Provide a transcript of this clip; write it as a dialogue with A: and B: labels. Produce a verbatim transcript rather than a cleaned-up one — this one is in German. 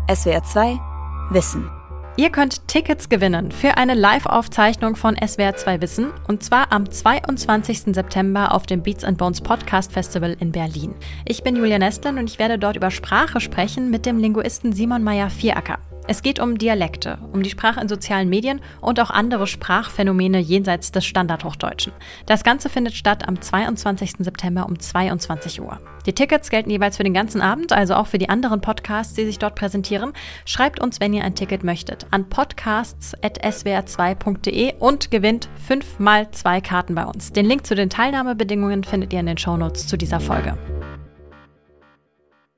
A: S W R zwei Wissen.
B: Ihr könnt Tickets gewinnen für eine Live-Aufzeichnung von S W R zwei Wissen und zwar am zweiundzwanzigsten September auf dem Beats and Bones Podcast Festival in Berlin. Ich bin Julia Nestlin und ich werde dort über Sprache sprechen mit dem Linguisten Simon Meyer-Vieracker. Es geht um Dialekte, um die Sprache in sozialen Medien und auch andere Sprachphänomene jenseits des Standardhochdeutschen. Das Ganze findet statt am zweiundzwanzigsten September um zweiundzwanzig Uhr. Die Tickets gelten jeweils für den ganzen Abend, also auch für die anderen Podcasts, die sich dort präsentieren. Schreibt uns, wenn ihr ein Ticket möchtet, an podcasts at s w r zwei punkt d e und gewinnt fünf mal zwei Karten bei uns. Den Link zu den Teilnahmebedingungen findet ihr in den Shownotes zu dieser Folge.